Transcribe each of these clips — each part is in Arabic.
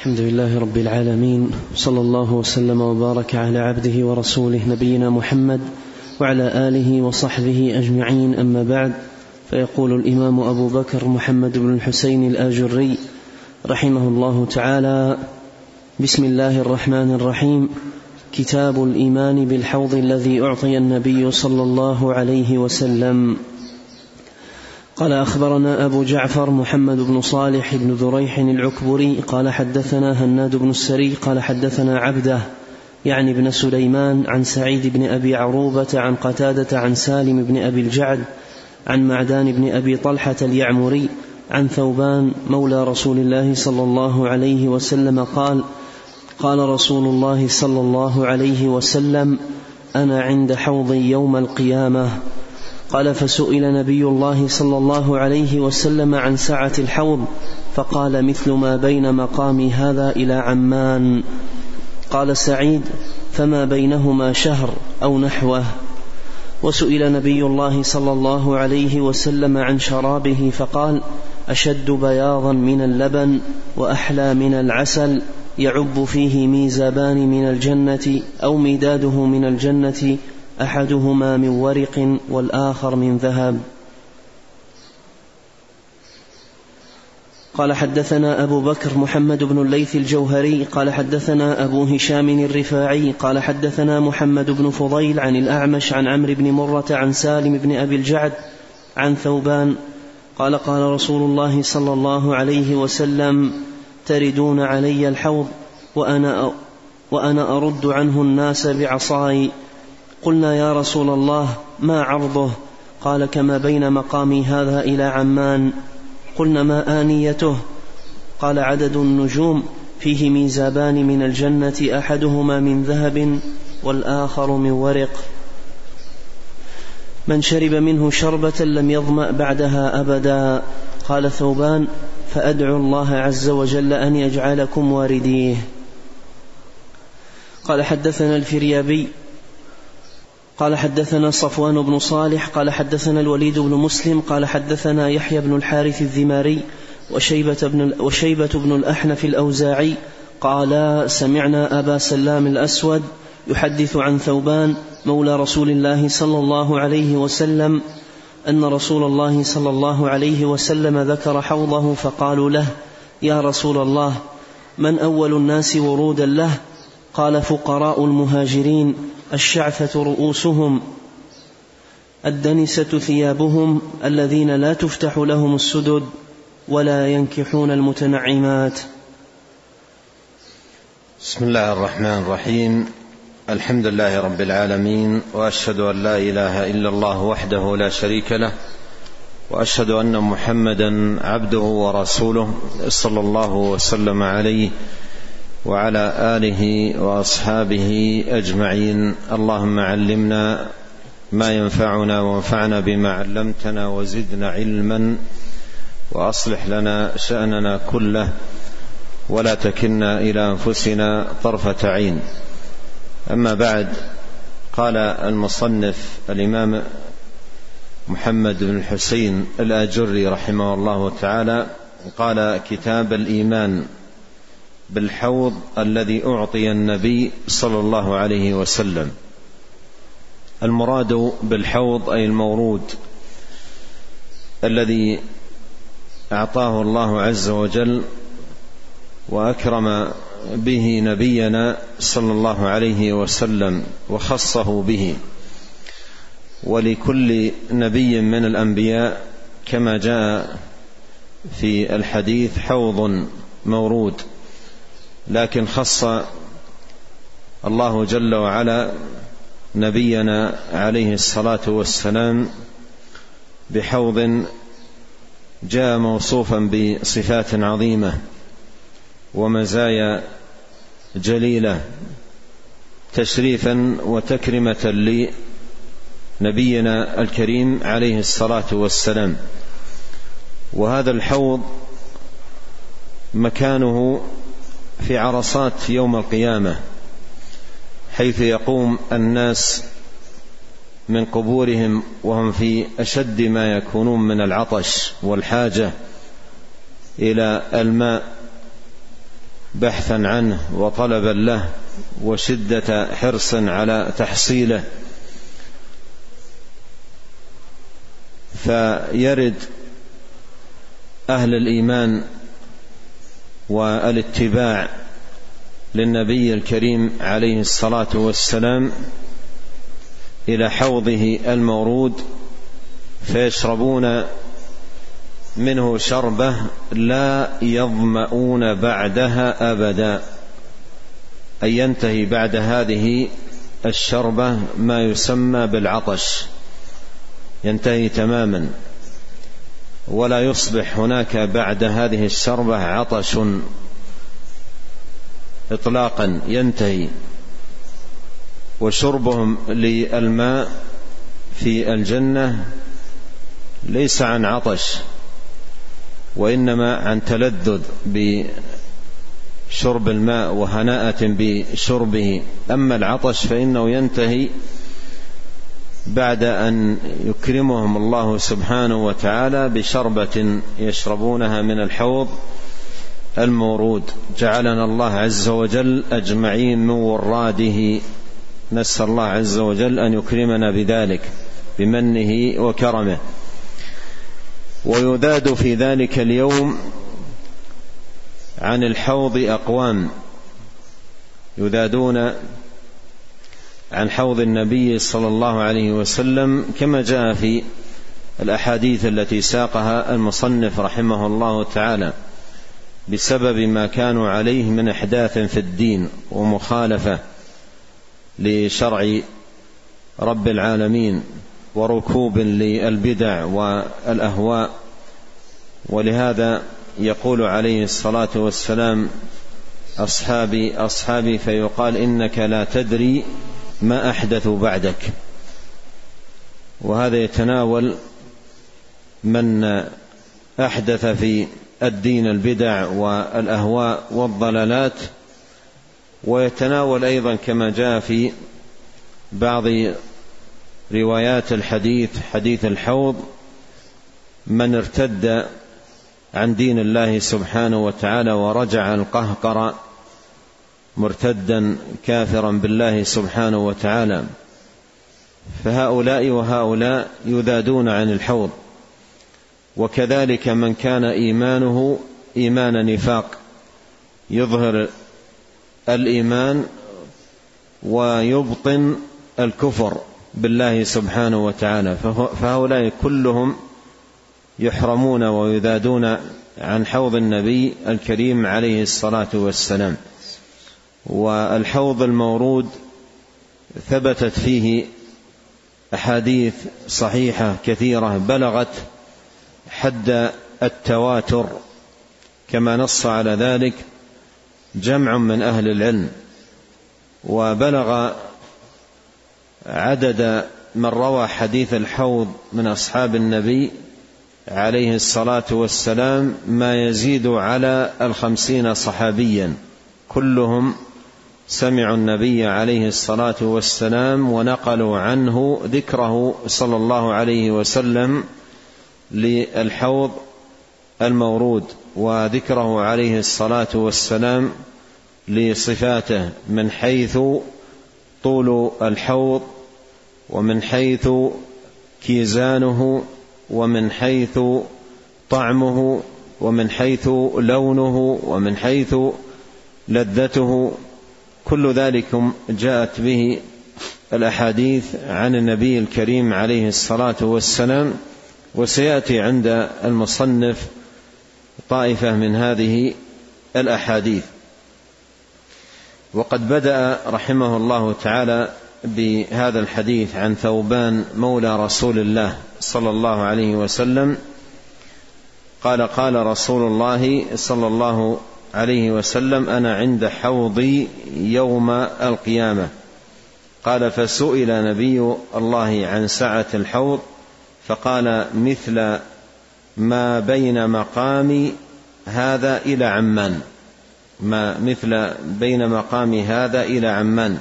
الحمد لله رب العالمين، صلى الله وسلم وبارك على عبده ورسوله نبينا محمد وعلى آله وصحبه أجمعين، أما بعد. فيقول الإمام أبو بكر محمد بن الحسين الآجري رحمه الله تعالى: بسم الله الرحمن الرحيم. كتاب الإيمان بالحوض الذي أعطي النبي صلى الله عليه وسلم. قال: أخبرنا أبو جعفر محمد بن صالح بن ذريح العكبري قال حدثنا هناد بن السري قال حدثنا عبده يعني بن سليمان عن سعيد بن أبي عروبة عن قتادة عن سالم بن أبي الجعد عن معدان بن أبي طلحة اليعمري عن ثوبان مولى رسول الله صلى الله عليه وسلم قال: قال رسول الله صلى الله عليه وسلم: أنا عند حوضي يوم القيامة. قال: فسئل نبي الله صلى الله عليه وسلم عن سعة الحوض فقال: مثل ما بين مقامي هذا إلى عمان. قال سعيد: فما بينهما شهر أو نحوه. وسئل نبي الله صلى الله عليه وسلم عن شرابه فقال: أشد بياضا من اللبن وأحلى من العسل، يعب فيه ميزابان من الجنة أو مداده من الجنة، أحدهما من ورق والآخر من ذهب. قال: حدثنا أبو بكر محمد بن الليث الجوهري قال حدثنا أبو هشام الرفاعي قال حدثنا محمد بن فضيل عن الأعمش عن عمرو بن مرة عن سالم بن أبي الجعد عن ثوبان قال: قال رسول الله صلى الله عليه وسلم: تردون علي الحوض وأنا أرد عنه الناس بعصاي. قلنا: يا رسول الله ما عرضه؟ قال: كما بين مقامي هذا إلى عمان. قلنا: ما آنيته؟ قال: عدد النجوم، فيه ميزابان من الجنة، أحدهما من ذهب والآخر من ورق، من شرب منه شربة لم يظمأ بعدها أبدا. قال ثوبان: فأدعو الله عز وجل أن يجعلكم وارديه. قال: حدثنا الفريابي قال حدثنا صفوان بن صالح قال حدثنا الوليد بن مسلم قال حدثنا يحيى بن الحارث الذماري وشيبة بن الأحنف الأوزاعي قال: سمعنا أبا سلام الأسود يحدث عن ثوبان مولى رسول الله صلى الله عليه وسلم أن رسول الله صلى الله عليه وسلم ذكر حوضه فقالوا له: يا رسول الله، من أول الناس ورودا له؟ قال: فقراء المهاجرين، الشعثة رؤوسهم، الدنسة ثيابهم، الذين لا تفتح لهم السدد ولا ينكحون المتنعمات. بسم الله الرحمن الرحيم. الحمد لله رب العالمين، وأشهد أن لا إله إلا الله وحده لا شريك له، وأشهد أن محمدا عبده ورسوله صلى الله وسلم عليه وعلى آله وأصحابه أجمعين. اللهم علمنا ما ينفعنا وانفعنا بما علمتنا وزدنا علما، وأصلح لنا شأننا كله ولا تكلنا إلى أنفسنا طرفة عين. أما بعد، قال المصنف الإمام محمد بن الحسين الآجري رحمه الله تعالى: قال: كتاب الإيمان بالحوض الذي أعطي النبي صلى الله عليه وسلم. المراد بالحوض أي المورود الذي أعطاه الله عز وجل وأكرم به نبينا صلى الله عليه وسلم وخصه به، ولكل نبي من الأنبياء كما جاء في الحديث حوض مورود، لكن خص الله جل وعلا نبينا عليه الصلاة والسلام بحوض جاء موصوفا بصفات عظيمة ومزايا جليلة تشريفا وتكرمة لنبينا الكريم عليه الصلاة والسلام. وهذا الحوض مكانه في عرصات يوم القيامة، حيث يقوم الناس من قبورهم وهم في أشد ما يكونون من العطش والحاجة إلى الماء بحثا عنه وطلبا له وشدة حرص على تحصيله، فيرد أهل الإيمان والاتباع للنبي الكريم عليه الصلاة والسلام إلى حوضه المورود، فيشربون منه شربة لا يظمؤون بعدها أبدا، أي ينتهي بعد هذه الشربة ما يسمى بالعطش، ينتهي تماما، ولا يصبح هناك بعد هذه الشربة عطش إطلاقا، ينتهي. وشربهم للماء في الجنة ليس عن عطش، وإنما عن تلذذ بشرب الماء وهناءة بشربه. أما العطش فإنه ينتهي بعد أن يكرمهم الله سبحانه وتعالى بشربة يشربونها من الحوض المورود. جعلنا الله عز وجل أجمعين من وراده، نسأل الله عز وجل أن يكرمنا بذلك بمنه وكرمه. ويذاد في ذلك اليوم عن الحوض أقوام، يذادون عن حوض النبي صلى الله عليه وسلم كما جاء في الأحاديث التي ساقها المصنف رحمه الله تعالى، بسبب ما كانوا عليه من إحداث في الدين ومخالفة لشرع رب العالمين وركوب للبدع والأهواء. ولهذا يقول عليه الصلاة والسلام: أصحابي أصحابي، فيقال إنك لا تدري ما أحدث بعدك. وهذا يتناول من أحدث في الدين البدع والأهواء والضلالات، ويتناول أيضا كما جاء في بعض روايات الحديث، حديث الحوض، من ارتد عن دين الله سبحانه وتعالى ورجع القهقر مرتدا كافرا بالله سبحانه وتعالى، فهؤلاء وهؤلاء يذادون عن الحوض. وكذلك من كان إيمانه إيمان نفاق، يظهر الإيمان ويبطن الكفر بالله سبحانه وتعالى، فهؤلاء كلهم يحرمون ويذادون عن حوض النبي الكريم عليه الصلاة والسلام. والحوض المورود ثبتت فيه أحاديث صحيحة كثيرة بلغت حد التواتر، كما نص على ذلك جمع من أهل العلم، وبلغ عدد من روى حديث الحوض من أصحاب النبي عليه الصلاة والسلام ما يزيد على 50 صحابيا، كلهم سمعوا النبي عليه الصلاة والسلام ونقلوا عنه ذكره صلى الله عليه وسلم للحوض المورود، وذكره عليه الصلاة والسلام لصفاته من حيث طول الحوض، ومن حيث كيزانه، ومن حيث طعمه، ومن حيث لونه، ومن حيث لذته. كل ذلك جاءت به الأحاديث عن النبي الكريم عليه الصلاة والسلام، وسيأتي عند المصنف طائفة من هذه الأحاديث. وقد بدأ رحمه الله تعالى بهذا الحديث عن ثوبان مولى رسول الله صلى الله عليه وسلم قال: قال رسول الله صلى الله عليه وسلم: أنا عند حوضي يوم القيامة. قال: فسئل نبي الله عن سعة الحوض فقال: مثل ما بين مقام هذا إلى عمان، ما مثل بين مقام هذا إلى عمان.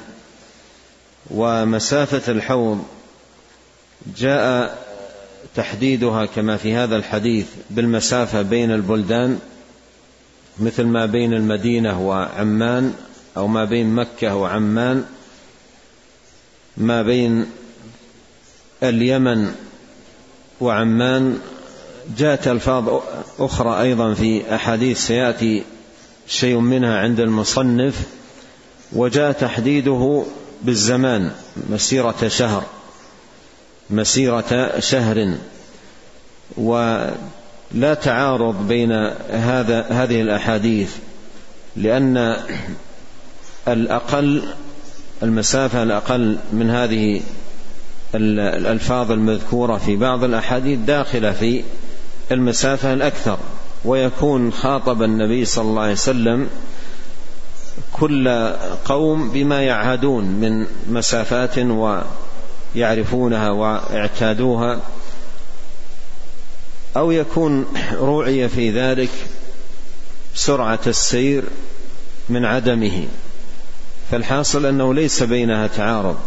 ومسافة الحوض جاء تحديدها كما في هذا الحديث بالمسافة بين البلدان، مثل ما بين المدينة وعمان، أو ما بين مكة وعمان، ما بين اليمن وعمان. جاءت ألفاظ أخرى أيضا في أحاديث سيأتي شيء منها عند المصنف، وجاء تحديده بالزمان مسيرة شهر، ولا تعارض بين هذه الأحاديث، لأن المسافة الأقل من هذه الألفاظ المذكورة في بعض الأحاديث داخلة في المسافة الأكثر، ويكون خاطب النبي صلى الله عليه وسلم كل قوم بما يعهدون من مسافات ويعرفونها واعتادوها، أو يكون روعي في ذلك سرعة السير من عدمه. فالحاصل أنه ليس بينها تعارض.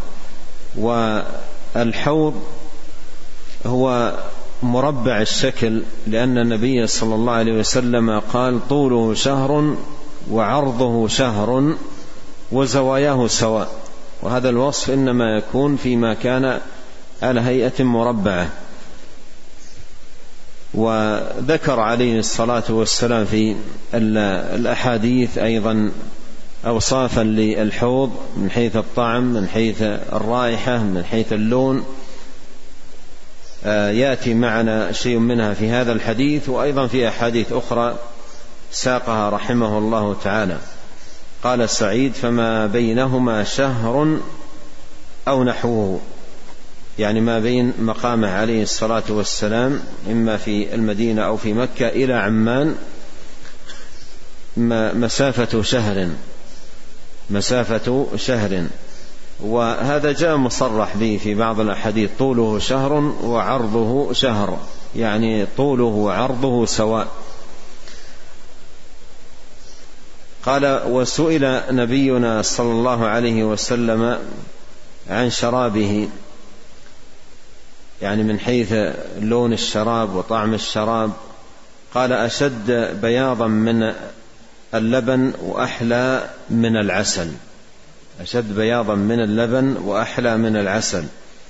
والحوض هو مربع الشكل، لأن النبي صلى الله عليه وسلم قال: طوله شهر وعرضه شهر وزواياه سواء. وهذا الوصف إنما يكون فيما كان على هيئة مربعة. وذكر عليه الصلاة والسلام في الأحاديث أيضا أوصافا للحوض من حيث الطعم، من حيث الرائحة، من حيث اللون، يأتي معنا شيء منها في هذا الحديث، وأيضا في أحاديث أخرى ساقها رحمه الله تعالى. قال سعيد: فما بينهما شهر أو نحوه، يعني ما بين مقامه عليه الصلاة والسلام إما في المدينة أو في مكة إلى عمان مسافة شهر. وهذا جاء مصرح به في بعض الأحاديث: طوله شهر وعرضه شهر، يعني طوله وعرضه سواء. قال: وسئل نبينا صلى الله عليه وسلم عن شرابه، يعني من حيث لون الشراب وطعم الشراب. قال: أشد بياضا من اللبن وأحلى من العسل. أشد بياضا من اللبن وأحلى من العسل.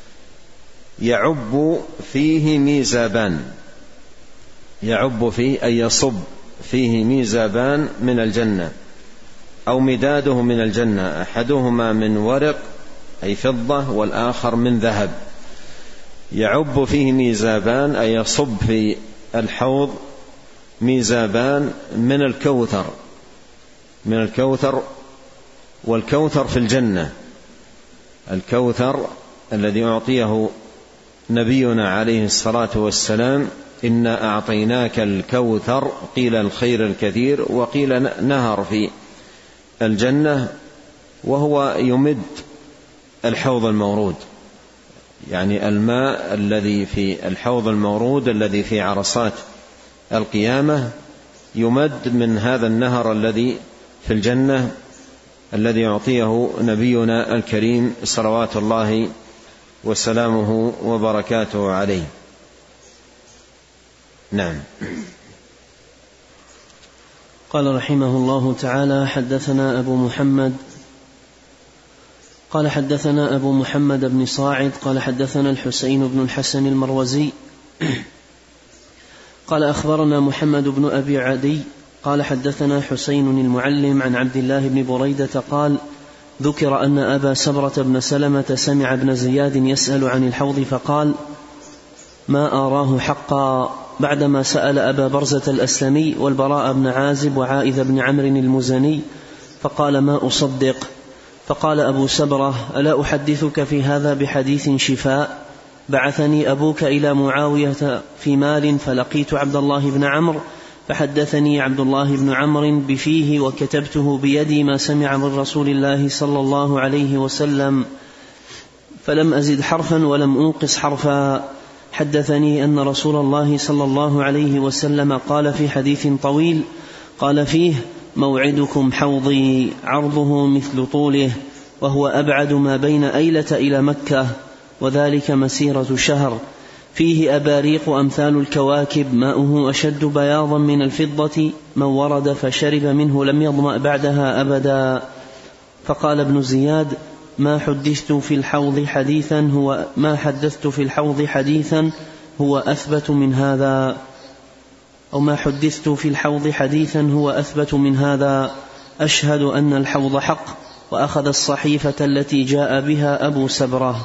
يعب فيه ميزابان، يعب فيه أي يصب فيه ميزابان من الجنة، أو مداده من الجنة، أحدهما من ورق أي فضة، والآخر من ذهب. يعب فيه ميزابان أي يصب في الحوض ميزابان من الكوثر، والكوثر في الجنة. الكوثر الذي أعطيه نبينا عليه الصلاة والسلام: إنا أعطيناك الكوثر، قيل الخير الكثير، وقيل نهر في الجنة، وهو يمد الحوض المورود، يعني الماء الذي في الحوض المورود الذي في عرصات القيامة يمد من هذا النهر الذي في الجنة الذي يعطيه نبينا الكريم صلوات الله وسلامه وبركاته عليه. نعم. قال رحمه الله تعالى: حدثنا أبو محمد بن صاعد قال حدثنا الحسين بن الحسن المروزي قال أخبرنا محمد بن أبي عدي قال حدثنا حسين المعلم عن عبد الله بن بريدة قال: ذكر أن أبا سبرة بن سلمة سمع ابن زياد يسأل عن الحوض فقال: ما آراه حقا، بعدما سأل أبا برزة الأسلمي والبراء بن عازب وعائذ بن عمرو المزني، فقال: ما أصدق. فقال أبو سبرة: ألا أحدثك في هذا بحديث شفاء؟ بعثني أبوك إلى معاوية في مال، فلقيت عبد الله بن عمرو، فحدثني عبد الله بن عمرو بفيه، وكتبته بيدي ما سمع من رسول الله صلى الله عليه وسلم، فلم أزد حرفا ولم أنقص حرفا. حدثني أن رسول الله صلى الله عليه وسلم قال في حديث طويل قال فيه: موعدكم حوضي، عرضه مثل طوله، وهو أبعد ما بين أيلة إلى مكة، وذلك مسيرة شهر. فيه أباريق أمثال الكواكب ماؤه أشد بياضا من الفضة، من ورد فشرب منه لم يظمأ بعدها أبدا. فقال ابن زياد: ما حدثت في الحوض حديثا هو أثبت من هذا، أو ما حدثت في الحوض حديثا هو أثبت من هذا، أشهد أن الحوض حق. وأخذ الصحيفة التي جاء بها أبو سبرة.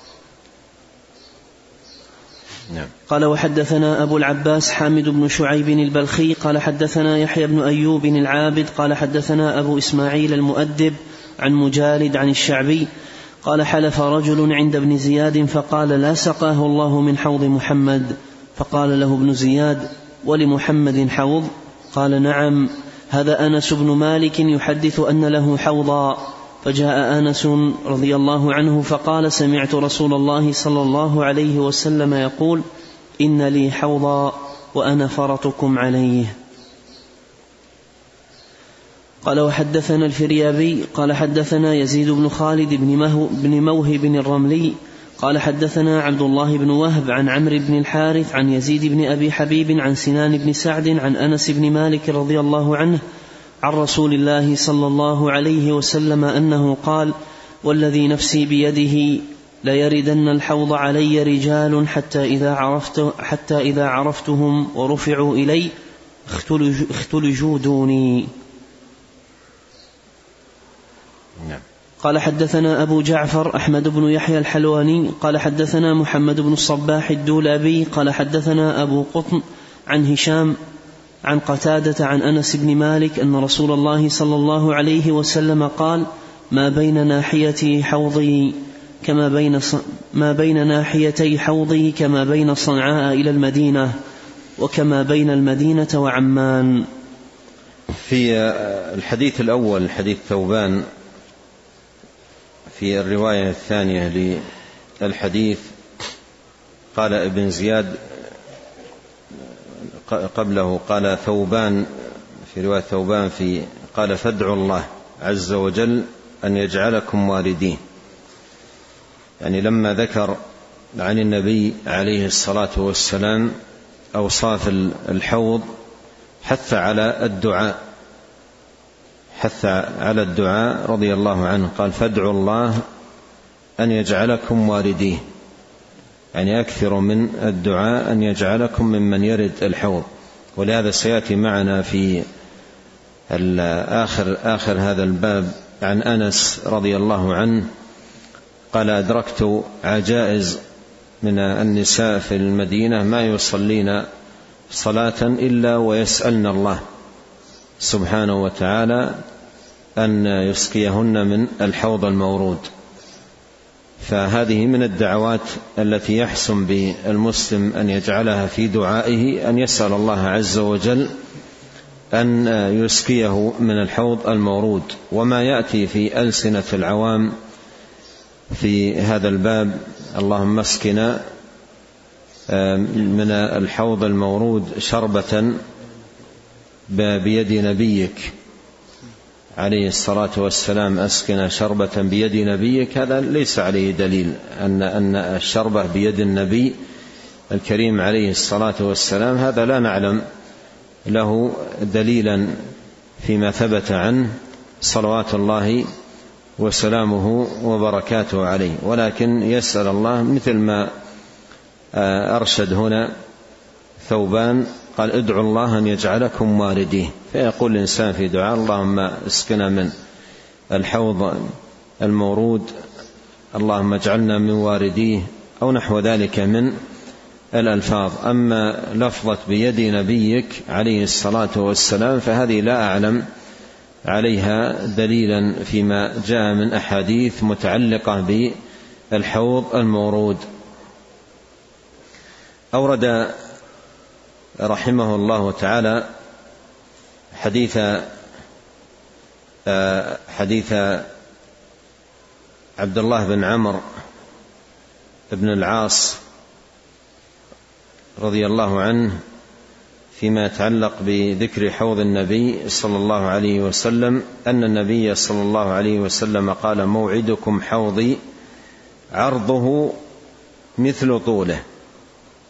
قال: وحدثنا أبو العباس حامد بن شعيب البلخي قال حدثنا يحيى بن أيوب العابد قال حدثنا أبو إسماعيل المؤدب عن مجالد عن الشعبي قال: حلف رجل عند ابن زياد فقال: لا سقاه الله من حوض محمد. فقال له ابن زياد: ولمحمد حوض؟ قال: نعم، هذا أنس بن مالك يحدث أن له حوضا. فجاء أنس رضي الله عنه فقال: سمعت رسول الله صلى الله عليه وسلم يقول: إن لي حوضا وأنا فرطكم عليه. قال: وحدثنا الفريابي قال حدثنا يزيد بن خالد بن موهب الرملي قال حدثنا عبد الله بن وهب عن عمرو بن الحارث عن يزيد بن أبي حبيب عن سنان بن سعد عن أنس بن مالك رضي الله عنه عن رسول الله صلى الله عليه وسلم أنه قال: والذي نفسي بيده ليردن الحوض علي رجال حتى إذا عرفتهم ورفعوا إلي اختلجوا دوني. قال: حدثنا أبو جعفر أحمد بن يحيى الحلواني قال حدثنا محمد بن الصباح الدولابي قال حدثنا أبو قطن عن هشام عن قتادة عن أنس بن مالك أن رسول الله صلى الله عليه وسلم قال: ما بين ناحيتي حوضي كما بين صنعاء إلى المدينة وكما بين المدينة وعمان. في الحديث الأول حديث ثوبان، في الرواية الثانية للحديث قال ابن زياد قبله قال ثوبان، في رواية ثوبان قال: فادعوا الله عز وجل أن يجعلكم واردين. يعني لما ذكر عن النبي عليه الصلاة والسلام أوصاف الحوض حث على الدعاء رضي الله عنه، قال: فادعوا الله أن يجعلكم وارديه، يعني أكثر من الدعاء أن يجعلكم ممن يرد الحوض. ولهذا سيأتي معنا في آخر هذا الباب عن أنس رضي الله عنه قال: أدركت عجائز من النساء في المدينة ما يصلين صلاة إلا ويسألن الله سبحانه وتعالى أن يسقيهن من الحوض المورود. فهذه من الدعوات التي يحسن بالمسلم أن يجعلها في دعائه، أن يسأل الله عز وجل أن يسقيه من الحوض المورود. وما يأتي في ألسنة العوام في هذا الباب: اللهم اسقنا من الحوض المورود شربة بيد نبيك عليه الصلاة والسلام، أسقنا شربة بيد نبيك، هذا ليس عليه دليل أن الشربة بيد النبي الكريم عليه الصلاة والسلام، هذا لا نعلم له دليلا فيما ثبت عنه صلوات الله وسلامه وبركاته عليه. ولكن يسأل الله مثل ما أرشد هنا ثوبان، قال: ادعوا الله أن يجعلكم وارديه. فيقول الإنسان في دعاء: اللهم اسقنا من الحوض المورود، اللهم اجعلنا من وارديه، أو نحو ذلك من الألفاظ. أما لفظة بيد نبيك عليه الصلاة والسلام فهذه لا أعلم عليها دليلا فيما جاء من أحاديث متعلقة بالحوض المورود. أورد رحمه الله تعالى حديث عبد الله بن عمرو بن العاص رضي الله عنه فيما يتعلق بذكر حوض النبي صلى الله عليه وسلم، أن النبي صلى الله عليه وسلم قال: موعدكم حوضي عرضه مثل طوله.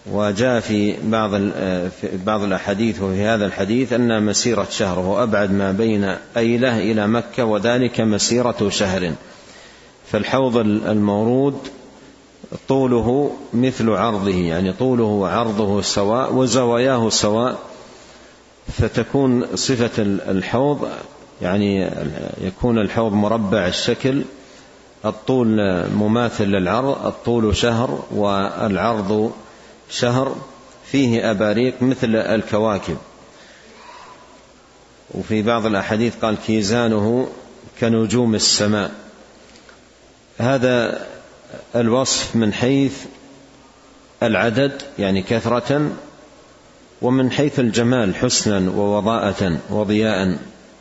وجاء في بعض الأحاديث وفي هذا الحديث أن مسيرة شهر هو أبعد ما بين أيلة إلى مكة وذلك مسيرة شهر. فالحوض المورود طوله مثل عرضه، يعني طوله وعرضه سواء وزواياه سواء، فتكون صفة الحوض يعني يكون الحوض مربع الشكل، الطول مماثل للعرض، الطول شهر والعرض شهر، فيه أباريق مثل الكواكب. وفي بعض الأحاديث قال كيزانه كنجوم السماء. هذا الوصف من حيث العدد يعني كثرة، ومن حيث الجمال حسنا ووضاءة وضياء.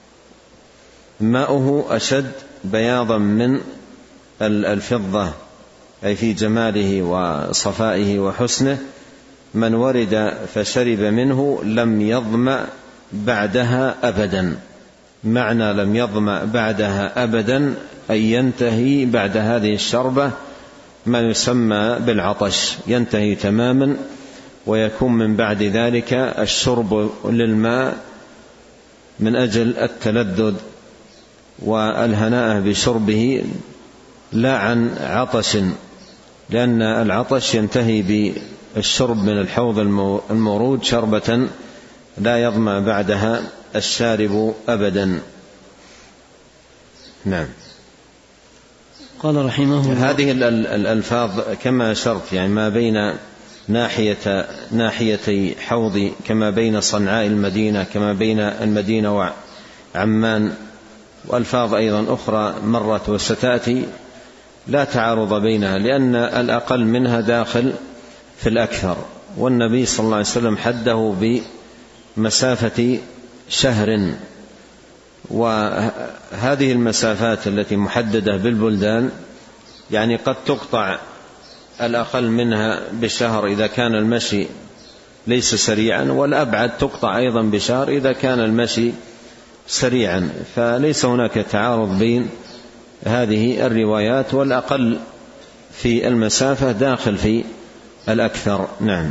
ماؤه أشد بياضا من الفضة أي في جماله وصفائه وحسنه. من ورد فشرب منه لم يظمأ بعدها أبدا. معنى لم يظمأ بعدها أبدا أي ينتهي بعد هذه الشربة ما يسمى بالعطش، ينتهي تماما، ويكون من بعد ذلك الشرب للماء من أجل التلذذ والهناء بشربه لا عن عطش، لأن العطش ينتهي بالشرب من الحوض المورود شربة لا يظمأ بعدها الشارب أبدا. نعم. قال رحمه الله هذه الألفاظ كما أشرت يعني ما بين ناحيتي حوض، كما بين صنعاء المدينة، كما بين المدينة وعمان، وألفاظ أيضا أخرى مرت وستأتي لا تعارض بينها، لأن الأقل منها داخل في الأكثر. والنبي صلى الله عليه وسلم حده بمسافة شهر، وهذه المسافات التي محددة بالبلدان يعني قد تقطع الأقل منها بشهر إذا كان المشي ليس سريعا، والأبعد تقطع أيضا بشهر إذا كان المشي سريعا. فليس هناك تعارض بين هذه الروايات، والأقل في المسافة داخل في الأكثر. نعم.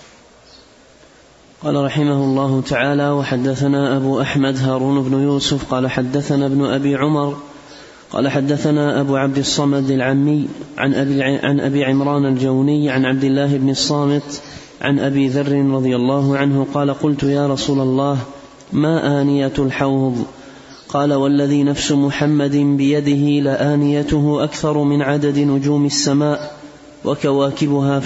قال رحمه الله تعالى: وحدثنا أبو أحمد هارون بن يوسف قال حدثنا ابن أبي عمر قال حدثنا أبو عبد الصمد العمي عن أبي عمران الجوني عن عبد الله بن الصامت عن أبي ذر رضي الله عنه قال: قلت يا رسول الله ما آنية الحوض؟ قال: والذي نفس محمد بيده لآنيته أكثر من عدد نجوم السماء وكواكبها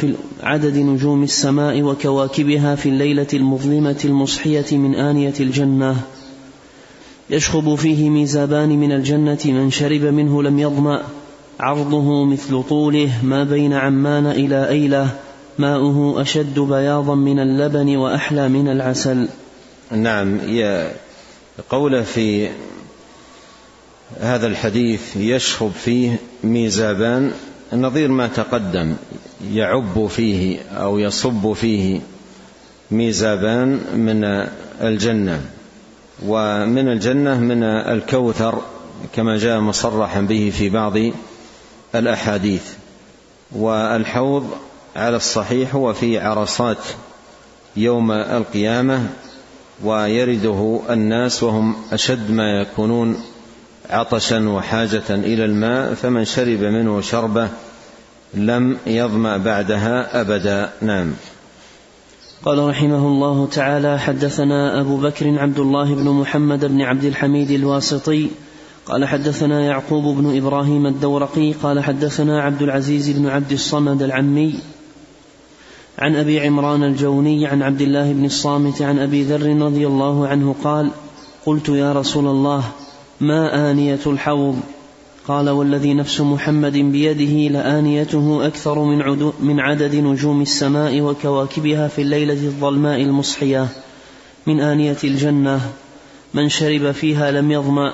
في الليلة المظلمة المصحية من آنية الجنة، يشخب فيه ميزابان من الجنة، من شرب منه لم يظمأ، عرضه مثل طوله، ما بين عمان إلى أيلة، ماؤه أشد بياضا من اللبن وأحلى من العسل. نعم. قوله في هذا الحديث يشخب فيه ميزابان نظير ما تقدم، يعب فيه أو يصب فيه ميزابان من الجنة، ومن الجنة من الكوثر كما جاء مصرحا به في بعض الأحاديث. والحوض على الصحيح هو في عرصات يوم القيامة، ويرده الناس وهم أشد ما يكونون عطشا وحاجة إلى الماء، فمن شرب منه شربة لم يظمأ بعدها أبدا. نعم. قال رحمه الله تعالى: حدثنا أبو بكر عبد الله بن محمد بن عبد الحميد الواسطي قال حدثنا يعقوب بن إبراهيم الدورقي قال حدثنا عبد العزيز بن عبد الصمد العمي عن أبي عمران الجوني عن عبد الله بن الصامت عن أبي ذر رضي الله عنه قال: قلت يا رسول الله ما آنية الحوض؟ قال: والذي نفس محمد بيده لآنيته أكثر من عدد نجوم السماء وكواكبها في الليلة الظلماء المصحية من آنية الجنة، من شرب فيها لم يظمأ،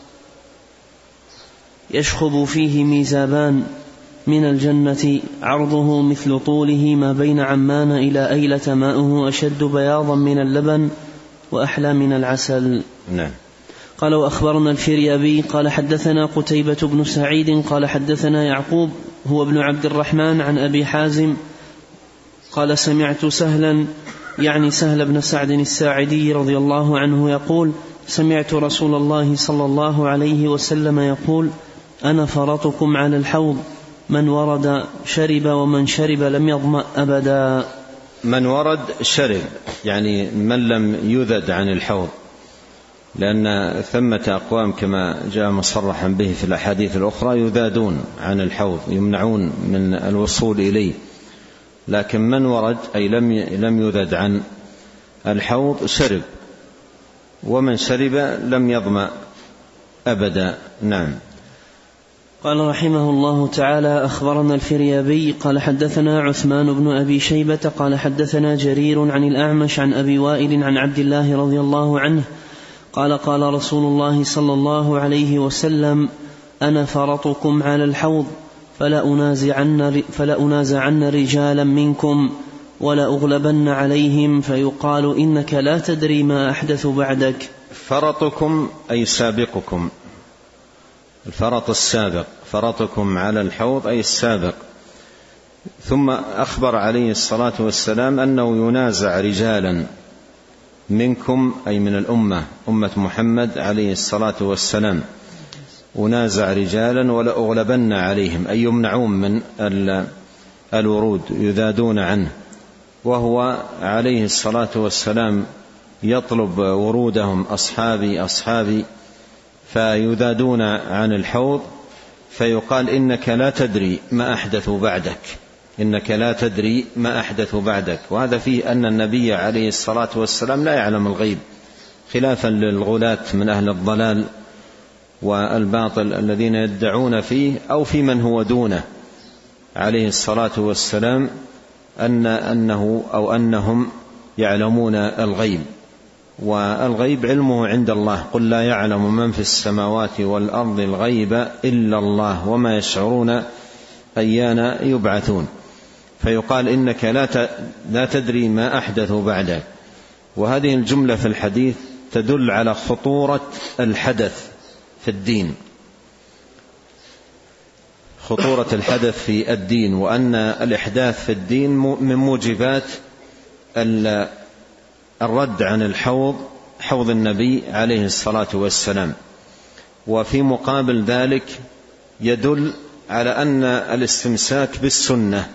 يشخب فيه ميزابان من الجنة، عرضه مثل طوله، ما بين عمان إلى أيلة، ماؤه أشد بياضا من اللبن وأحلى من العسل. نعم. قال: وأخبرنا الفريابي قال حدثنا قتيبة بن سعيد قال حدثنا يعقوب هو ابن عبد الرحمن عن أبي حازم قال سمعت سهلا يعني سهل بن سعد الساعدي رضي الله عنه يقول سمعت رسول الله صلى الله عليه وسلم يقول أنا فرطكم على الحوض من ورد شرب ومن شرب لم يظمأ أبدا. من ورد شرب يعني من لم يذد عن الحوض، لأن ثمة أقوام كما جاء مصرحا به في الأحاديث الأخرى يذادون عن الحوض يمنعون من الوصول إليه، لكن من ورد أي لم يذد عن الحوض شرب، ومن شرب لم يظمأ أبدا. نعم. قال رحمه الله تعالى أخبرنا الفريابي قال حدثنا عثمان بن أبي شيبة قال حدثنا جرير عن الأعمش عن أبي وائل عن عبد الله رضي الله عنه قال قال رسول الله صلى الله عليه وسلم أنا فرطكم على الحوض فلا أنازعن رجالا منكم ولا أغلبن عليهم فيقال إنك لا تدري ما أحدث بعدك. فرطكم أي سابقكم، الفرط السابق، فرطكم على الحوض أي السابق. ثم أخبر عليه الصلاة والسلام أنه ينازع رجالا منكم أي من الأمة، أمة محمد عليه الصلاة والسلام، أنازع رجالا ولا أغلبن عليهم أي يمنعون من الورود يذادون عنه، وهو عليه الصلاة والسلام يطلب ورودهم أصحابي فيذادون عن الحوض، فيقال إنك لا تدري ما أحدث بعدك، إنك لا تدري ما أحدث بعدك. وهذا فيه أن النبي عليه الصلاة والسلام لا يعلم الغيب، خلافا للغلاة من أهل الضلال والباطل الذين يدعون فيه أو في من هو دونه عليه الصلاة والسلام أنهم يعلمون الغيب، والغيب علمه عند الله، قل لا يعلم من في السماوات والأرض الغيب إلا الله وما يشعرون أيان يبعثون. فيقال إنك لا تدري ما أحدث بعدك. وهذه الجملة في الحديث تدل على خطورة الحدث في الدين، خطورة الحدث في الدين، وأن الإحداث في الدين من موجبات الرد عن الحوض، حوض النبي عليه الصلاة والسلام. وفي مقابل ذلك يدل على أن الاستمساك بالسنة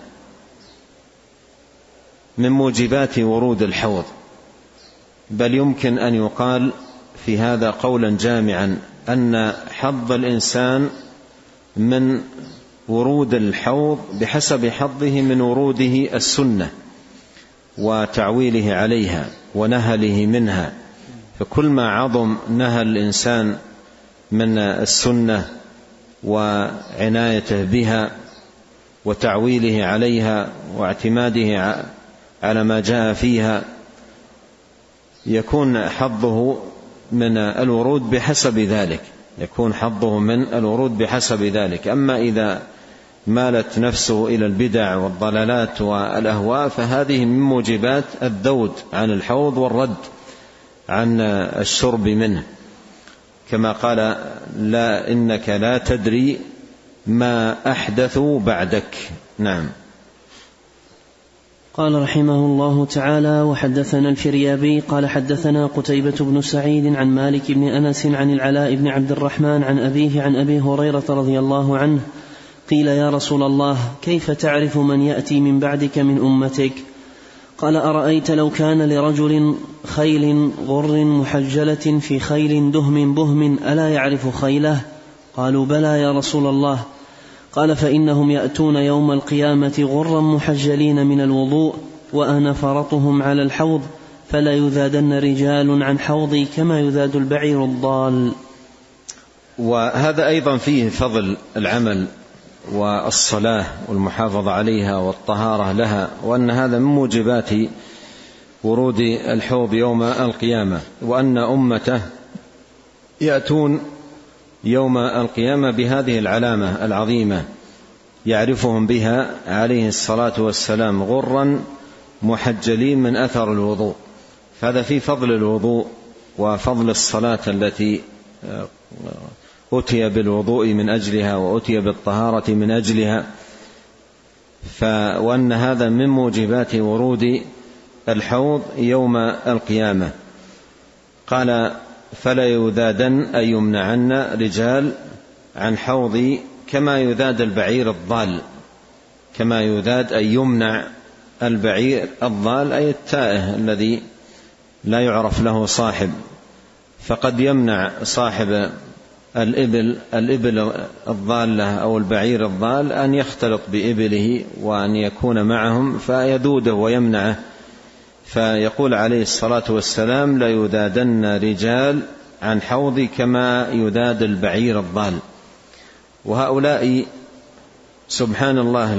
من موجبات ورود الحوض، بل يمكن أن يقال في هذا قولا جامعا أن حظ الإنسان من ورود الحوض بحسب حظه من وروده السنة وتعويله عليها ونهله منها. فكل ما عظم نهل الإنسان من السنة وعنايته بها وتعويله عليها واعتماده على ما جاء فيها، يكون حظه من الورود بحسب ذلك، يكون حظه من الورود بحسب ذلك. أما إذا مالت نفسه إلى البدع والضلالات والأهواء فهذه من موجبات الذود عن الحوض والرد عن الشرب منه، كما قال لا إنك لا تدري ما أحدث بعدك. نعم. قال رحمه الله تعالى وحدثنا الفريابي قال حدثنا قتيبة بن سعيد عن مالك بن أنس عن العلاء بن عبد الرحمن عن أبيه عن أبي هريرة رضي الله عنه قيل يا رسول الله كيف تعرف من يأتي من بعدك من أمتك؟ قال أرأيت لو كان لرجل خيل غر محجلة في خيل دهم بهم ألا يعرف خيله؟ قالوا بلى يا رسول الله. قال فإنهم يأتون يوم القيامة غرا محجلين من الوضوء وأنا فرطهم على الحوض فلا يذادن رجال عن حوضي كما يذاد البعير الضال. وهذا أيضا فيه فضل العمل والصلاة والمحافظة عليها والطهارة لها، وأن هذا من موجبات ورود الحوض يوم القيامة، وأن أمته يأتون يوم القيامة بهذه العلامة العظيمة يعرفهم بها عليه الصلاة والسلام غرا محجلين من أثر الوضوء. فهذا في فضل الوضوء وفضل الصلاة التي أتي بالوضوء من أجلها وأتي بالطهارة من أجلها. وأن هذا من موجبات ورود الحوض يوم القيامة. قال فلا يذادن أي يمنعن رجال عن حوضي كما يذاد البعير الضال. كما يذاد أي يمنع البعير الضال أي التائه الذي لا يعرف له صاحب. فقد يمنع صاحب الإبل الضالة أو البعير الضال أن يختلط بإبله وأن يكون معهم فيذوده ويمنعه. فيقول عليه الصلاة والسلام لا يذادن رجال عن حوضي كما يذاد البعير الضال. وهؤلاء سبحان الله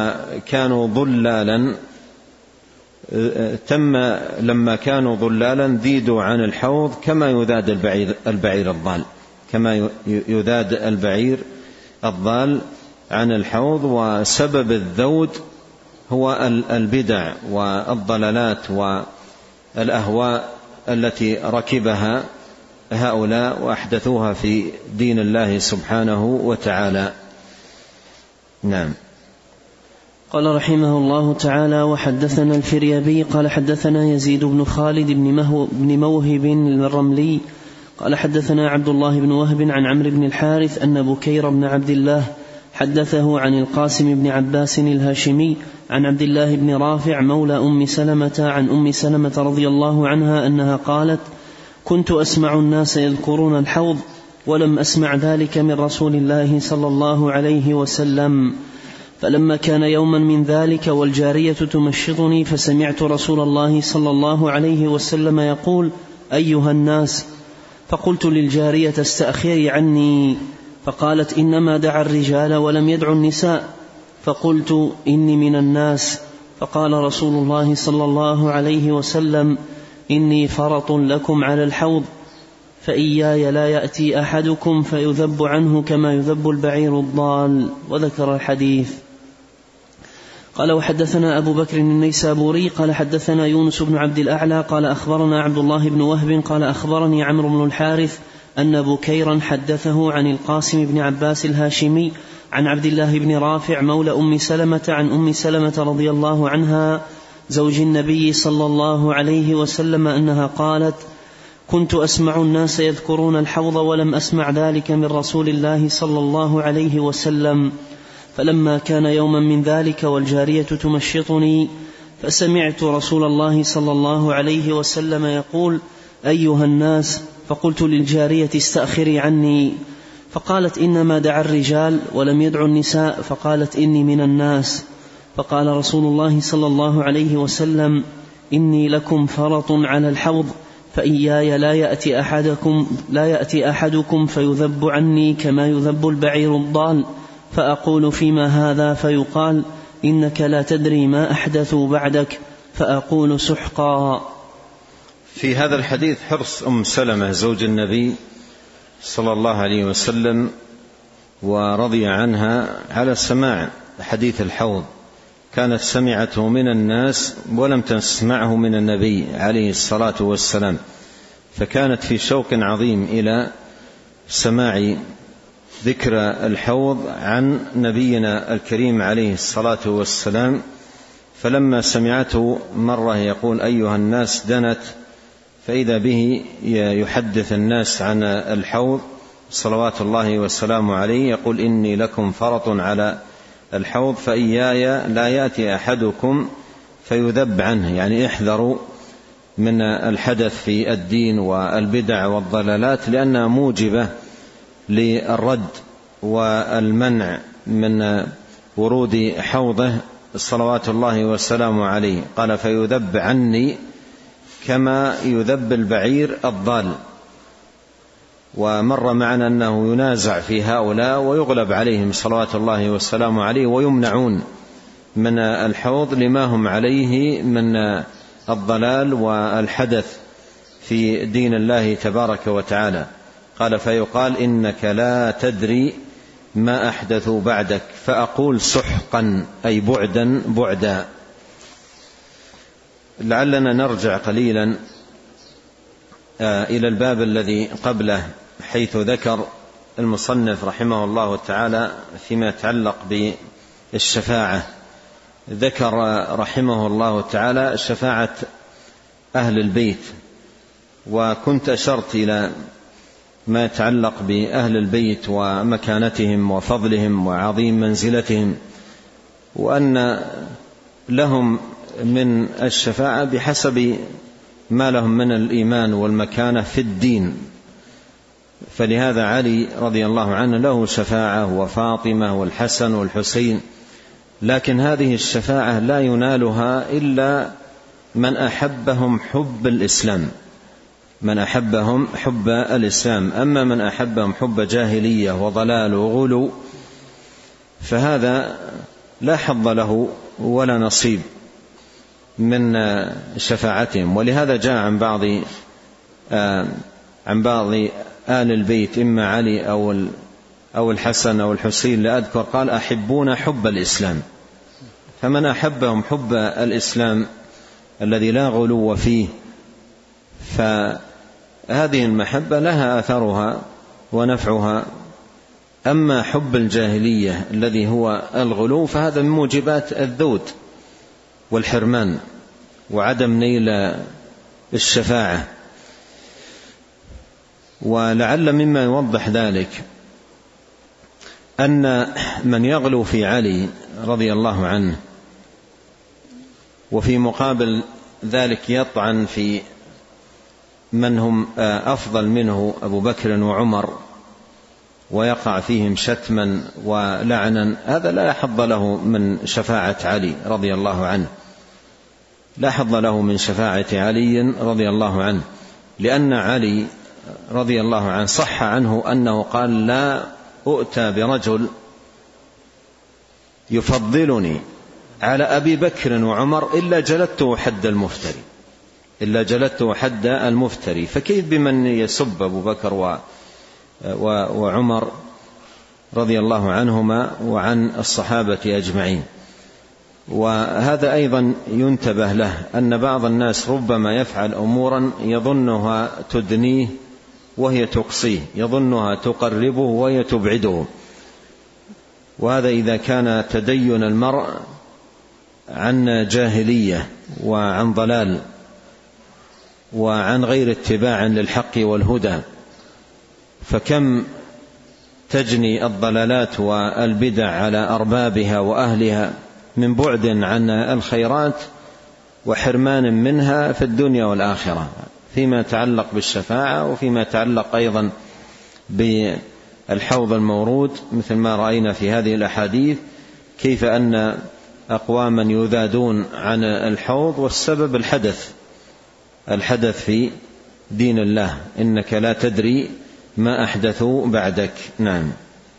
لما كانوا ضلالا ذيدوا عن الحوض كما يذاد البعير الضال. كما يذاد البعير الضال عن الحوض. وسبب الذود هو البدع والضلالات والأهواء التي ركبها هؤلاء وأحدثوها في دين الله سبحانه وتعالى. نعم. قال رحمه الله تعالى: وحدثنا الفريابي قال حدثنا يزيد بن خالد بن موهب الرملي قال حدثنا عبد الله بن وهب عن عمرو بن الحارث أن بكير بن عبد الله حدثه عن القاسم بن عباس الهاشمي عن عبد الله بن رافع مولى أم سلمة عن أم سلمة رضي الله عنها أنها قالت: كنت أسمع الناس يذكرون الحوض ولم أسمع ذلك من رسول الله صلى الله عليه وسلم، فلما كان يوما من ذلك والجارية تمشطني فسمعت رسول الله صلى الله عليه وسلم يقول: أيها الناس، فقلت للجارية: استأخري عني، فقالت: إنما دعا الرجال ولم يدع النساء، فقلت: إني من الناس، فقال رسول الله صلى الله عليه وسلم: إني فرط لكم على الحوض، فإياي لا يأتي أحدكم فيذب عنه كما يذب البعير الضال. وذكر الحديث. قال: وحدثنا أبو بكر النيسابوري قال حدثنا يونس بن عبد الأعلى قال أخبرنا عبد الله بن وهب قال أخبرني عمرو بن الحارث أن بكيرا حدثه عن القاسم بن عباس الهاشمي عن عبد الله بن رافع مولى أم سلمة عن أم سلمة رضي الله عنها زوج النبي صلى الله عليه وسلم أنها قالت: كنت أسمع الناس يذكرون الحوض ولم أسمع ذلك من رسول الله صلى الله عليه وسلم، فلما كان يوما من ذلك والجارية تمشطني فسمعت رسول الله صلى الله عليه وسلم يقول: أيها الناس، فقلت للجارية: استأخري عني، فقالت: إنما دعا الرجال ولم يدع النساء، فقالت: إني من الناس، فقال رسول الله صلى الله عليه وسلم: إني لكم فرط على الحوض، فإياي لا يأتي أحدكم فيذب عني كما يذب البعير الضال، فأقول: فيما هذا؟ فيقال: إنك لا تدري ما أحدثوا بعدك، فأقول: سحقا. في هذا الحديث حرص أم سلمة زوج النبي صلى الله عليه وسلم ورضي عنها على سماع حديث الحوض. كانت سمعته من الناس ولم تسمعه من النبي عليه الصلاة والسلام، فكانت في شوق عظيم إلى سماع ذكر الحوض عن نبينا الكريم عليه الصلاة والسلام. فلما سمعته مرة يقول: أيها الناس، دنت فإذا به يحدث الناس عن الحوض صلوات الله وسلامه عليه، يقول: إني لكم فرط على الحوض، فإياي لا يأتي أحدكم فيذب عنه، يعني احذروا من الحدث في الدين والبدع والضلالات، لأنها موجبة للرد والمنع من ورود حوضه صلوات الله وسلامه عليه. قال: فيذب عني كما يذب البعير الضال. ومر معنا أنه ينازع في هؤلاء ويغلب عليهم صلوات الله وسلامه عليه ويمنعون من الحوض لما هم عليه من الضلال والحدث في دين الله تبارك وتعالى. قال: فيقال: إنك لا تدري ما أحدثوا بعدك، فأقول: سحقا، أي بعدا. لعلنا نرجع قليلا إلى الباب الذي قبله، حيث ذكر المصنف رحمه الله تعالى فيما يتعلق بالشفاعة ذكر رحمه الله تعالى شفاعة أهل البيت، وكنت أشرت إلى ما يتعلق بأهل البيت ومكانتهم وفضلهم وعظيم منزلتهم، وأن لهم من الشفاعة بحسب ما لهم من الإيمان والمكانة في الدين. فلهذا علي رضي الله عنه له شفاعة، وفاطمة والحسن والحسين، لكن هذه الشفاعة لا ينالها إلا من أحبهم حب الإسلام، من أحبهم حب الإسلام. أما من أحبهم حب جاهلية وضلال وغلو فهذا لا حظ له ولا نصيب من شفاعتهم. ولهذا جاء عن بعض آل البيت إما علي أو الحسن أو الحسين لا أذكر، قال أحبون حب الإسلام. فمن أحبهم حب الإسلام الذي لا غلو فيه فهذه المحبة لها أثرها ونفعها. أما حب الجاهلية الذي هو الغلو فهذا من موجبات الذود والحرمان وعدم نيل الشفاعة. ولعل مما يوضح ذلك أن من يغلو في علي رضي الله عنه وفي مقابل ذلك يطعن في من هم أفضل منه أبو بكر وعمر ويقع فيهم شتما ولعنا، هذا لا حظ له من شفاعة علي رضي الله عنه، لا حظ له من شفاعة علي رضي الله عنه، لأن علي رضي الله عنه صح عنه أنه قال لا أؤتى برجل يفضلني على أبي بكر وعمر إلا جلدته حد المفتري، فكيف بمن يسب أبو بكر وعمر رضي الله عنهما وعن الصحابة أجمعين. وهذا أيضا ينتبه له أن بعض الناس ربما يفعل أمورا يظنها تدنيه وهي تقصيه، يظنها تقربه وهي تبعده، وهذا إذا كان تدين المرء عن جاهلية وعن ضلال وعن غير اتباع للحق والهدى. فكم تجني الضلالات والبدع على أربابها وأهلها من بعد عن الخيرات وحرمان منها في الدنيا والآخرة، فيما يتعلق بالشفاعة وفيما يتعلق أيضا بالحوض المورود، مثل ما رأينا في هذه الأحاديث كيف أن أقواما يذادون عن الحوض والسبب الحدث في دين الله، إنك لا تدري ما أحدثوا بعدك. نعم.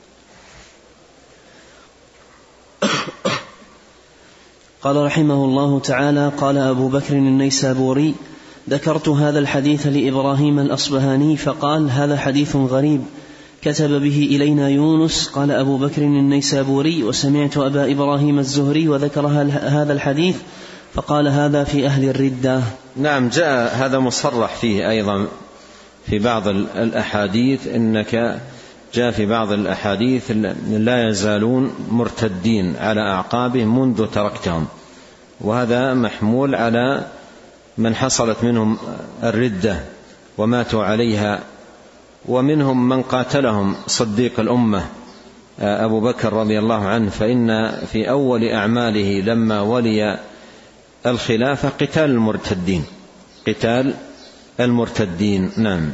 قال رحمه الله تعالى: قال أبو بكر النيسابوري: ذكرت هذا الحديث لإبراهيم الأصبهاني فقال: هذا حديث غريب كتب به إلينا يونس. قال أبو بكر النيسابوري: وسمعت أبا إبراهيم الزهري وذكر هذا الحديث فقال: هذا في أهل الردة. نعم، جاء هذا مصرح فيه أيضا في بعض الأحاديث، إنك جاء في بعض الأحاديث لا يزالون مرتدين على أعقابهم منذ تركتهم، وهذا محمول على من حصلت منهم الردة وماتوا عليها، ومنهم من قاتلهم صديق الأمة أبو بكر رضي الله عنه، فإن في أول أعماله لما ولي الخلافة قتال المرتدين. نعم.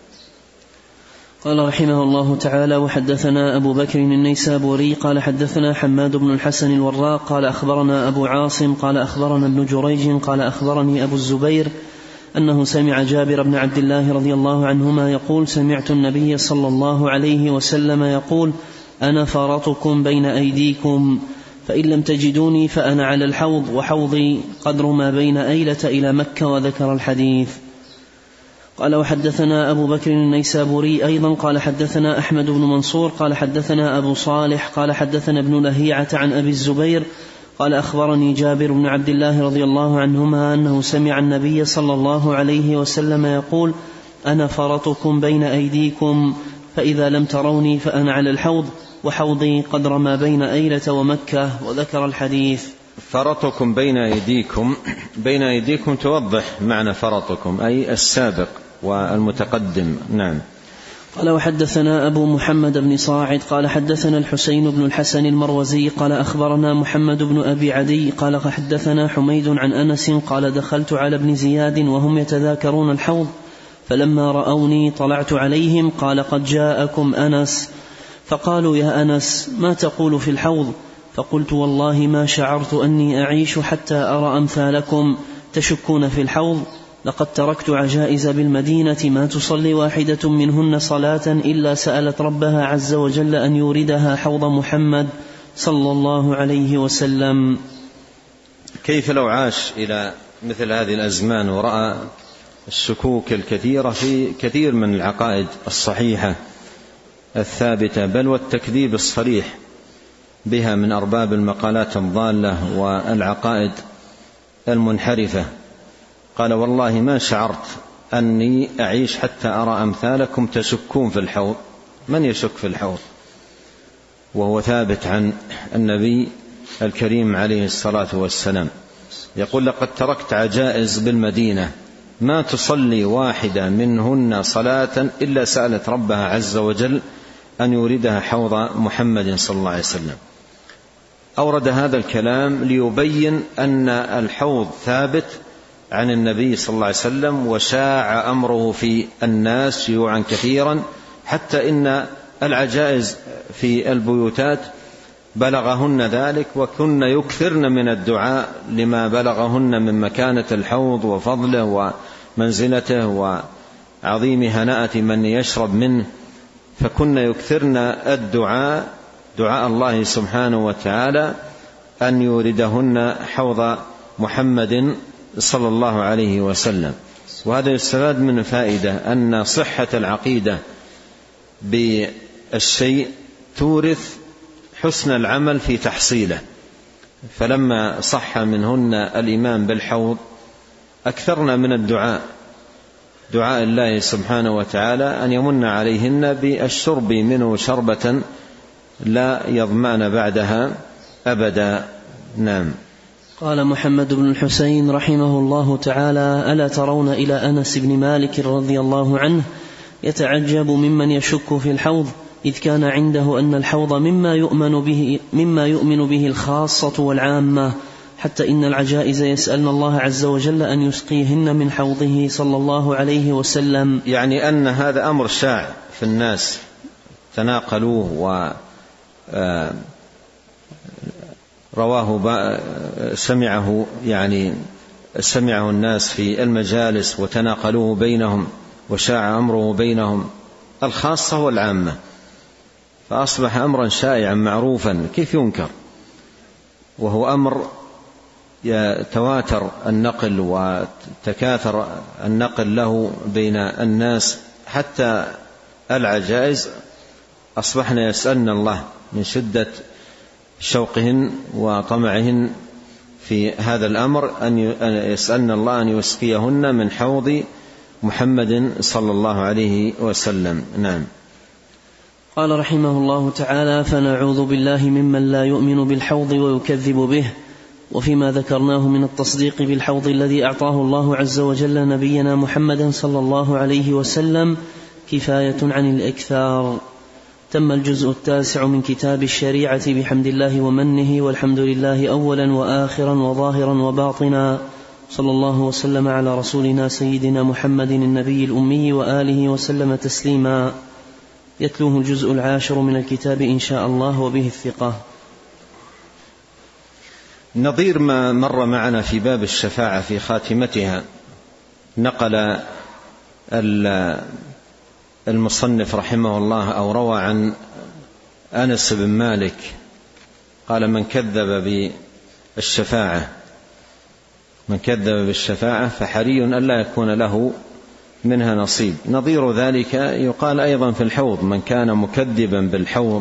قال رحمه الله تعالى: وحدثنا أبو بكر النيسابوري قال حدثنا حماد بن الحسن الوراق قال أخبرنا أبو عاصم قال أخبرنا ابن جريج قال أخبرني أبو الزبير أنه سمع جابر بن عبد الله رضي الله عنهما يقول: سمعت النبي صلى الله عليه وسلم يقول: أنا فرطكم بين أيديكم، فإن لم تجدوني فأنا على الحوض، وحوضي قدر ما بين أيلة إلى مكة، وذكر الحديث. قال: وحدثنا أبو بكر النيسابوري أيضا قال حدثنا أحمد بن منصور قال حدثنا أبو صالح قال حدثنا ابن لهيعة عن أبي الزبير قال أخبرني جابر بن عبد الله رضي الله عنهما أنه سمع النبي صلى الله عليه وسلم يقول: أنا فرطكم بين أيديكم، فإذا لم تروني فأنا على الحوض، وحوضي قدر ما بين أيلة ومكة، وذكر الحديث. فرطكم بين أيديكم توضح معنى فرطكم أي السابق والمتقدم. نعم. قال وحدثنا أبو محمد بن صاعد قال حدثنا الحسين بن الحسن المروزي قال أخبرنا محمد بن أبي عدي قال حدثنا حميد عن أنس قال دخلت على ابن زياد وهم يتذاكرون الحوض فلما رأوني طلعت عليهم قال قد جاءكم أنس فقالوا يا أنس ما تقول في الحوض؟ فقلت والله ما شعرت أني أعيش حتى أرى أمثالكم تشكون في الحوض، لقد تركت عجائز بالمدينة ما تصلي واحدة منهن صلاة إلا سألت ربها عز وجل أن يوردها حوض محمد صلى الله عليه وسلم. كيف لو عاش إلى مثل هذه الأزمان ورأى الشكوك الكثيرة في كثير من العقائد الصحيحة الثابتة بل والتكذيب الصريح بها من أرباب المقالات الضالة والعقائد المنحرفة. قال والله ما شعرت أني أعيش حتى أرى أمثالكم تشكون في الحوض. من يشك في الحوض وهو ثابت عن النبي الكريم عليه الصلاة والسلام؟ يقول لقد تركت عجائز بالمدينة ما تصلي واحدة منهن صلاة إلا سألت ربها عز وجل أن يوردها حوض محمد صلى الله عليه وسلم. أورد هذا الكلام ليبين أن الحوض ثابت عن النبي صلى الله عليه وسلم وشاع أمره في الناس شيوعا كثيرا حتى إن العجائز في البيوتات بلغهن ذلك وكن يكثرن من الدعاء لما بلغهن من مكانة الحوض وفضله ومنزلته وعظيم هناءة من يشرب منه، فكن يكثرن الدعاء دعاء الله سبحانه وتعالى أن يوردهن حوض محمد صلى الله عليه وسلم. وهذا يستفاد من فائدة أن صحة العقيدة بالشيء تورث حسن العمل في تحصيله، فلما صح منهن الإيمان بالحوض أكثرنا من الدعاء دعاء الله سبحانه وتعالى أن يمن عليهن بالشرب منه شربة لا يظمأن بعدها أبدا. نعم. قال محمد بن الحسين رحمه الله تعالى ألا ترون إلى أنس بن مالك رضي الله عنه يتعجب ممن يشك في الحوض إذ كان عنده أن الحوض مما يؤمن به الخاصة والعامة، حتى إن العجائز يسألن الله عز وجل أن يسقيهن من حوضه صلى الله عليه وسلم. يعني أن هذا أمر شاع في الناس تناقلوه ورواه سمعه الناس في المجالس وتناقلوه بينهم وشاع أمره بينهم الخاصة والعامة، فأصبح أمرا شائعا معروفا كيف ينكر، وهو أمر يتواتر النقل وتكاثر النقل له بين الناس حتى العجائز أصبحن يسألن الله من شدة شوقهن وطمعهن في هذا الأمر أن يسألن الله أن يسقيهن من حوض محمد صلى الله عليه وسلم. نعم. قال رحمه الله تعالى فنعوذ بالله ممن لا يؤمن بالحوض ويكذب به. وفيما ذكرناه من التصديق بالحوض الذي أعطاه الله عز وجل نبينا محمد صلى الله عليه وسلم كفاية عن الإكثار. تم الجزء 9 من كتاب الشريعة بحمد الله ومنه، والحمد لله أولا وآخرا وظاهرا وباطنا، صلى الله وسلم على رسولنا سيدنا محمد النبي الأمي وآله وسلم تسليما. يتلوه الجزء 10 من الكتاب إن شاء الله وبه الثقة. نظير ما مر معنا في باب الشفاعة في خاتمتها نقل المصنف رحمه الله أو روى عن أنس بن مالك قال من كذب بالشفاعة فحري ألا يكون له منها نصيب. نظير ذلك يقال أيضا في الحوض من كان مكذبا بالحوض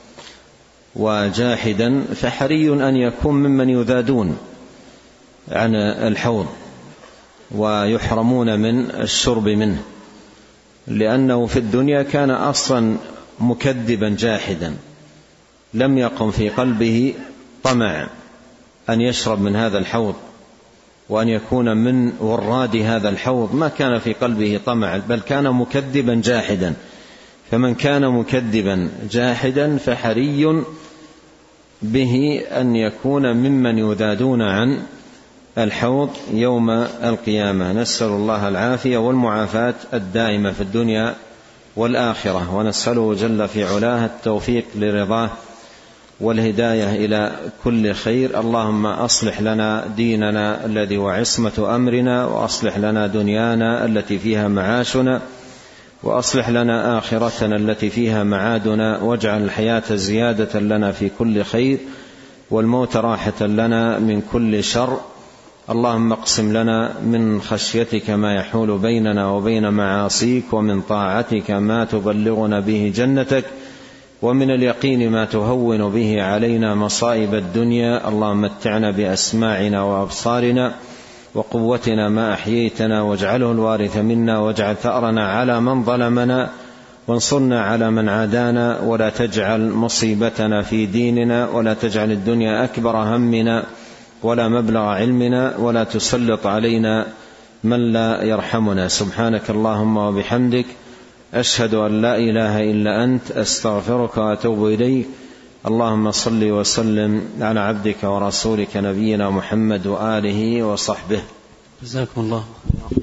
وجاحدا فحري أن يكون ممن يذادون عن الحوض ويحرمون من الشرب منه، لأنه في الدنيا كان أصلا مكذبا جاحدا لم يقم في قلبه طمع أن يشرب من هذا الحوض وأن يكون من وراد هذا الحوض ما كان في قلبه طمع، بل كان مكذبا جاحدا. فمن كان مكذبا جاحدا فحري به أن يكون ممن يذادون عن الحوض يوم القيامة. نسأل الله العافية والمعافاة الدائمة في الدنيا والآخرة، ونسأله جل في علاه التوفيق لرضاه والهداية إلى كل خير. اللهم أصلح لنا ديننا الذي هو عصمة أمرنا، وأصلح لنا دنيانا التي فيها معاشنا، وأصلح لنا آخرتنا التي فيها معادنا، واجعل الحياة زيادة لنا في كل خير، والموت راحة لنا من كل شر. اللهم اقسم لنا من خشيتك ما يحول بيننا وبين معاصيك، ومن طاعتك ما تبلغنا به جنتك، ومن اليقين ما تهون به علينا مصائب الدنيا. اللهم متعنا بأسماعنا وأبصارنا وقوتنا ما أحييتنا، واجعله الوارث منا، واجعل ثأرنا على من ظلمنا، وانصرنا على من عادانا، ولا تجعل مصيبتنا في ديننا، ولا تجعل الدنيا أكبر همنا ولا مبلغ علمنا، ولا تسلط علينا من لا يرحمنا. سبحانك اللهم وبحمدك، أشهد أن لا إله إلا أنت، أستغفرك وأتوب إليك. اللهم صل وسلم على عبدك ورسولك نبينا محمد وآله وصحبه. جزاكم الله.